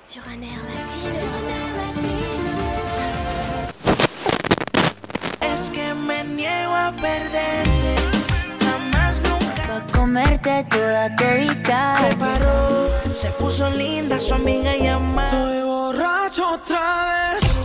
Sur un air latino. Es que me niego a perderte. Jamás nunca. Pa' comerte toda todita. Se paró, se puso linda, su amiga llama. Estoy borracho otra vez.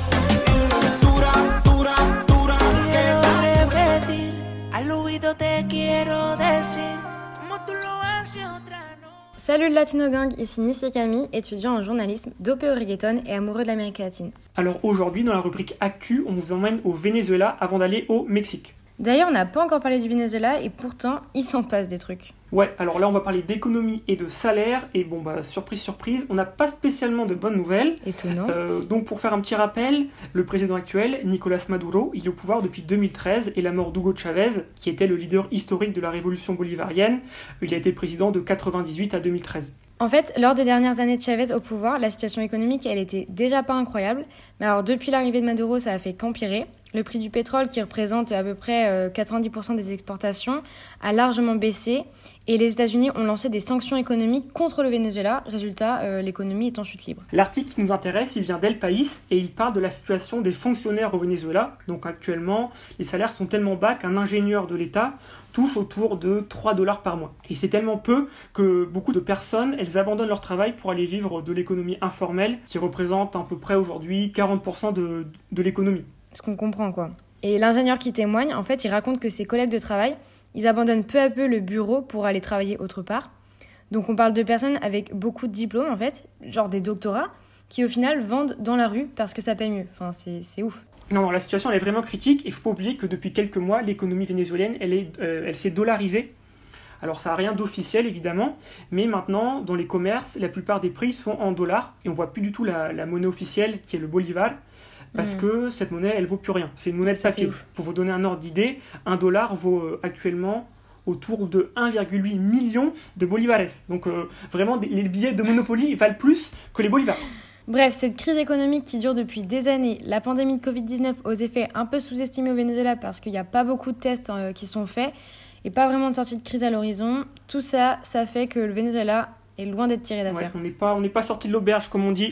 Dura, dura, dura. Quiero repetir, al oído te quiero decir, como tú lo haces otra no. Salut le Latino Gang, ici Nice et Camille, étudiant en journalisme, dopé au reggaeton et amoureux de l'Amérique latine. Alors aujourd'hui, dans la rubrique Actu, on vous emmène au Venezuela avant d'aller au Mexique. D'ailleurs, on n'a pas encore parlé du Venezuela et pourtant, il s'en passe des trucs. Ouais, alors là on va parler d'économie et de salaire, et bon bah surprise surprise, on n'a pas spécialement de bonnes nouvelles. Étonnant. Donc pour faire un petit rappel, le président actuel, Nicolás Maduro, il est au pouvoir depuis 2013 et la mort d'Hugo Chávez, qui était le leader historique de la révolution bolivarienne, il a été président de 1998 à 2013. En fait, lors des dernières années de Chavez au pouvoir, la situation économique, elle était déjà pas incroyable. Mais alors, depuis l'arrivée de Maduro, ça a fait qu'empirer. Le prix du pétrole, qui représente à peu près 90% des exportations, a largement baissé. Et les États-Unis ont lancé des sanctions économiques contre le Venezuela. Résultat, l'économie est en chute libre. L'article qui nous intéresse, il vient d'El País et il parle de la situation des fonctionnaires au Venezuela. Donc actuellement, les salaires sont tellement bas qu'un ingénieur de l'État touche autour de $3 par mois. Et c'est tellement peu que beaucoup de personnes, elles abandonnent leur travail pour aller vivre de l'économie informelle, qui représente à peu près aujourd'hui 40% de l'économie. Ce qu'on comprend, quoi. Et l'ingénieur qui témoigne, en fait, il raconte que ses collègues de travail, ils abandonnent peu à peu le bureau pour aller travailler autre part. Donc on parle de personnes avec beaucoup de diplômes, en fait, genre des doctorats, qui au final vendent dans la rue parce que ça paye mieux. Enfin, c'est ouf. Non, la situation elle est vraiment critique. Il ne faut pas oublier que depuis quelques mois, l'économie vénézuélienne, elle s'est dollarisée. Alors ça n'a rien d'officiel évidemment, mais maintenant dans les commerces, la plupart des prix sont en dollars et on ne voit plus du tout la monnaie officielle qui est le bolivar, parce que cette monnaie elle vaut plus rien. C'est une monnaie de papier. Pour vous donner un ordre d'idée, $1 vaut actuellement autour de 1,8 million de bolivares. Donc vraiment les billets de Monopoly valent plus que les bolivars. Bref, cette crise économique qui dure depuis des années, la pandémie de Covid-19 aux effets un peu sous-estimés au Venezuela parce qu'il n'y a pas beaucoup de tests qui sont faits et pas vraiment de sortie de crise à l'horizon, tout ça, ça fait que le Venezuela est loin d'être tiré d'affaire. Ouais, on n'est pas sorti de l'auberge comme on dit.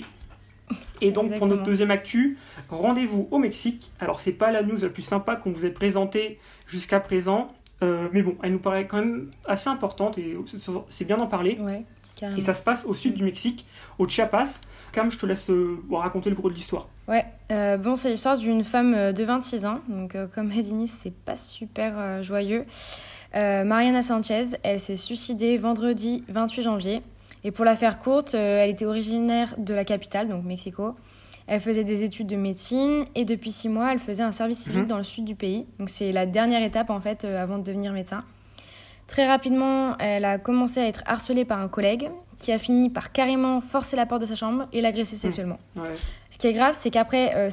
Et donc Exactement. pour notre deuxième actu, rendez-vous au Mexique. Alors c'est pas la news la plus sympa qu'on vous ait présentée jusqu'à présent, mais bon, elle nous paraît quand même assez importante et c'est bien d'en parler. Ouais, carrément. Et ça se passe au sud du Mexique, au Chiapas. Cam, je te laisse raconter le gros de l'histoire. Ouais, c'est l'histoire d'une femme de 26 ans, donc comme a dit Nice, c'est pas super joyeux. Mariana Sanchez, elle s'est suicidée vendredi 28 janvier. Et pour la faire courte, elle était originaire de la capitale, donc Mexico. Elle faisait des études de médecine et depuis 6 mois, elle faisait un service civique dans le sud du pays. Donc c'est la dernière étape en fait avant de devenir médecin. Très rapidement, elle a commencé à être harcelée par un collègue qui a fini par carrément forcer la porte de sa chambre et l'agresser sexuellement. Ouais. Ce qui est grave, c'est qu'après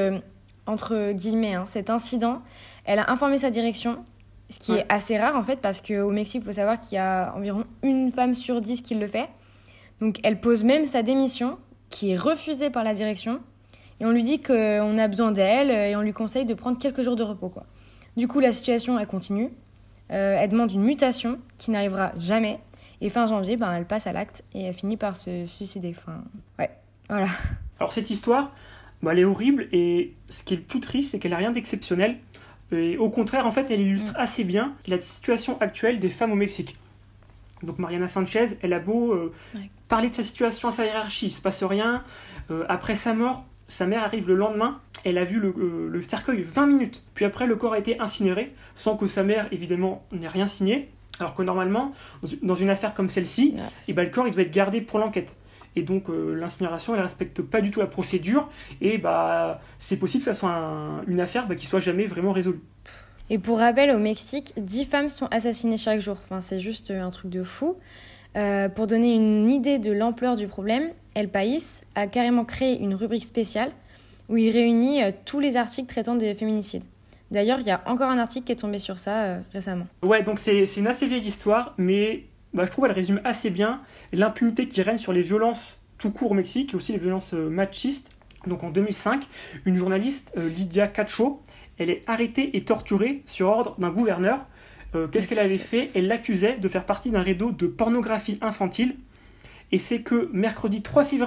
entre guillemets, cet incident, elle a informé sa direction, ce qui est assez rare en fait, parce qu'au Mexique, il faut savoir qu'il y a environ 1 femme sur 10 qui le fait. Donc elle pose même sa démission, qui est refusée par la direction, et on lui dit qu'on a besoin d'elle, et on lui conseille de prendre quelques jours de repos, quoi. Du coup, la situation, elle continue. Elle demande une mutation qui n'arrivera jamais. Et fin janvier, elle passe à l'acte et elle finit par se suicider. Voilà. Alors cette histoire, elle est horrible et ce qui est le plus triste, c'est qu'elle n'a rien d'exceptionnel. Et au contraire, en fait, elle illustre assez bien la situation actuelle des femmes au Mexique. Donc Mariana Sanchez, elle a beau parler de sa situation à sa hiérarchie, il ne se passe rien. Après sa mort, sa mère arrive le lendemain, elle a vu le cercueil 20 minutes. Puis après, le corps a été incinéré, sans que sa mère, évidemment, n'ait rien signé. Alors que normalement, dans une affaire comme celle-ci, le corps il doit être gardé pour l'enquête. Et donc l'incinération, elle ne respecte pas du tout la procédure. Et c'est possible que ça soit une affaire qui ne soit jamais vraiment résolue. Et pour rappel, au Mexique, 10 femmes sont assassinées chaque jour. Enfin, c'est juste un truc de fou. Pour donner une idée de l'ampleur du problème, El País a carrément créé une rubrique spéciale où il réunit tous les articles traitant des féminicides. D'ailleurs, il y a encore un article qui est tombé sur ça récemment. Ouais, donc c'est une assez vieille histoire, mais je trouve qu'elle résume assez bien l'impunité qui règne sur les violences tout court au Mexique et aussi les violences machistes. Donc en 2005, une journaliste, Lydia Cacho, elle est arrêtée et torturée sur ordre d'un gouverneur. Qu'est-ce qu'elle avait fait ? Elle l'accusait de faire partie d'un réseau de pornographie infantile. Et c'est que mercredi 3 février,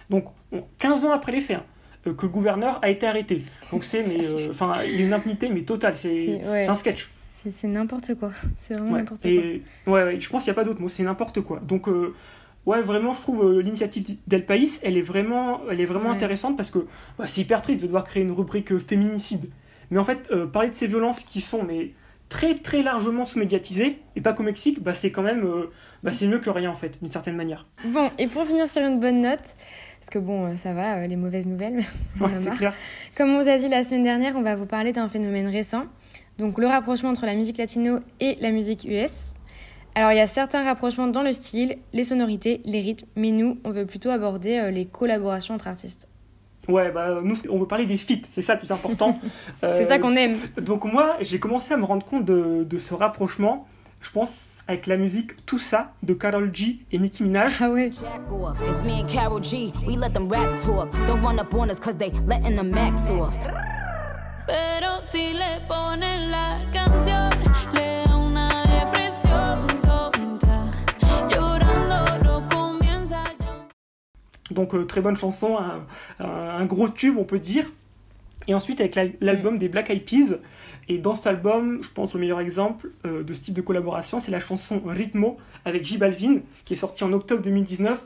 Donc 15 ans après les faits, que le gouverneur a été arrêté. Donc il y a une impunité mais totale, c'est un sketch. C'est n'importe quoi, c'est vraiment n'importe quoi. Ouais, je pense qu'il n'y a pas d'autre mot, c'est n'importe quoi. Donc vraiment je trouve l'initiative d'El País, elle est vraiment intéressante parce que c'est hyper triste de devoir créer une rubrique féminicide. Mais en fait, parler de ces violences qui sont très très largement sous-médiatisées, et pas qu'au Mexique, c'est quand même c'est mieux que rien en fait, d'une certaine manière. Bon, et pour finir sur une bonne note, parce que ça va, les mauvaises nouvelles, c'est clair. Comme on vous a dit la semaine dernière, on va vous parler d'un phénomène récent, donc le rapprochement entre la musique latino et la musique US. Alors il y a certains rapprochements dans le style, les sonorités, les rythmes, mais nous, on veut plutôt aborder les collaborations entre artistes. Ouais, nous, on veut parler des feats, c'est ça le plus important. C'est ça qu'on aime. Donc moi, j'ai commencé à me rendre compte de ce rapprochement, je pense, avec la musique Tout ça de Karol G et Nicki Minaj. Ah ouais. It's me and Karol G. We let them rats talk. Don't run up on us cause they letting the max off. Pero si le ponen la canción, le da una depresión tonta. Llorando no comienza ya. Donc très bonne chanson, un gros tube on peut dire. Et ensuite avec l'album des Black Eyed Peas. Et dans cet album, je pense au meilleur exemple de ce type de collaboration, c'est la chanson Ritmo avec J Balvin, qui est sortie en octobre 2019.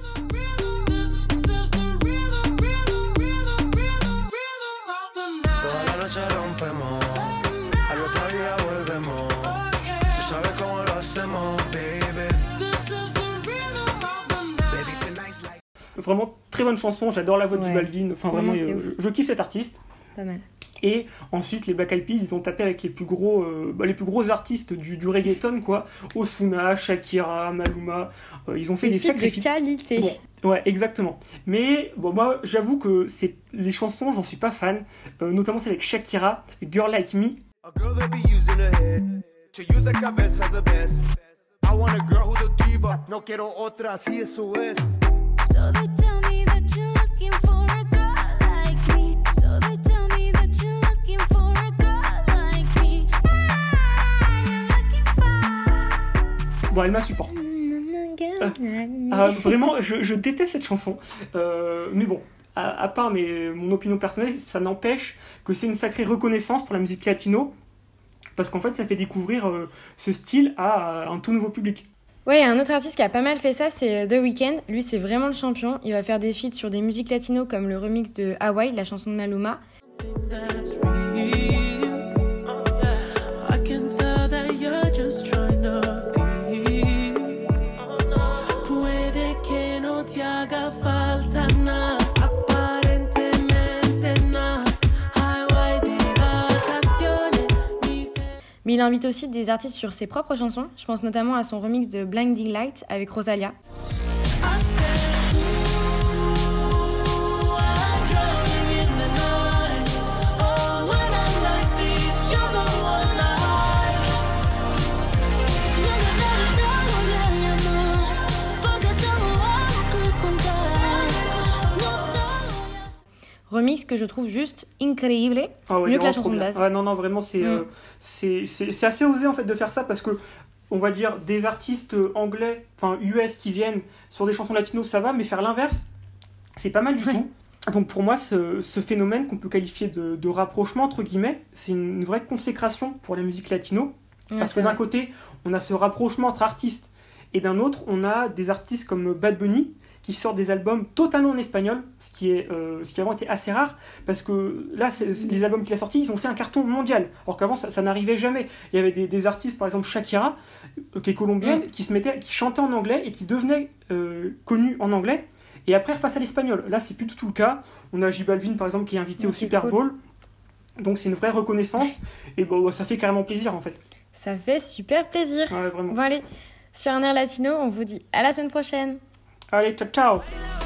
Vraiment très bonne chanson, j'adore la voix de J Balvin, enfin vraiment je kiffe cet artiste. Pas mal. Et ensuite les Black Eyed Peas, ils ont tapé avec les plus gros artistes du reggaeton quoi, Ozuna, Shakira, Maluma, ils ont fait des sacrés feats de qualité. Bon, ouais, exactement. Mais moi j'avoue que les chansons, j'en suis pas fan, notamment celle avec Shakira, Girl Like Me. A girl that be using her head to use the cabeza the best. I want a girl who's a diva, no quiero otra, así eso es. So they tell me that you're looking for a girl like me. So they tell me that you're looking for a girl like me. You're looking for... Bon, elle m'insupporte. Vraiment, je déteste cette chanson. Mais bon, à part mon opinion personnelle, ça n'empêche que c'est une sacrée reconnaissance pour la musique latino. Parce qu'en fait, ça fait découvrir ce style à un tout nouveau public. Ouais, un autre artiste qui a pas mal fait ça, c'est The Weeknd. Lui, c'est vraiment le champion. Il va faire des feats sur des musiques latino comme le remix de Hawaii, la chanson de Maluma. Mais il invite aussi des artistes sur ses propres chansons. Je pense notamment à son remix de Blinding Light avec Rosalia. Remix que je trouve juste incroyable, mieux que la chanson de base. Ah, non, vraiment, c'est assez osé en fait de faire ça parce que, on va dire, des artistes anglais, enfin US qui viennent sur des chansons latino, ça va, mais faire l'inverse, c'est pas mal du tout. Donc pour moi, ce phénomène qu'on peut qualifier de rapprochement, entre guillemets, c'est une vraie consécration pour la musique latino. Parce que d'un côté, on a ce rapprochement entre artistes, et d'un autre, on a des artistes comme Bad Bunny, qui sortent des albums totalement en espagnol, ce qui a vraiment été assez rare, parce que là, les albums qu'il a sortis, ils ont fait un carton mondial, alors qu'avant, ça n'arrivait jamais. Il y avait des artistes, par exemple Shakira, qui est colombienne, qui chantait en anglais et qui devenait connue en anglais, et après repasse à l'espagnol. Là, c'est plus du tout le cas. On a J Balvin, par exemple, qui est invité au Super Bowl, donc c'est une vraie reconnaissance, et ça fait carrément plaisir, en fait. Ça fait super plaisir. Ouais, vraiment. Bon allez, sur un air latino, on vous dit à la semaine prochaine. Allez, ciao, ciao.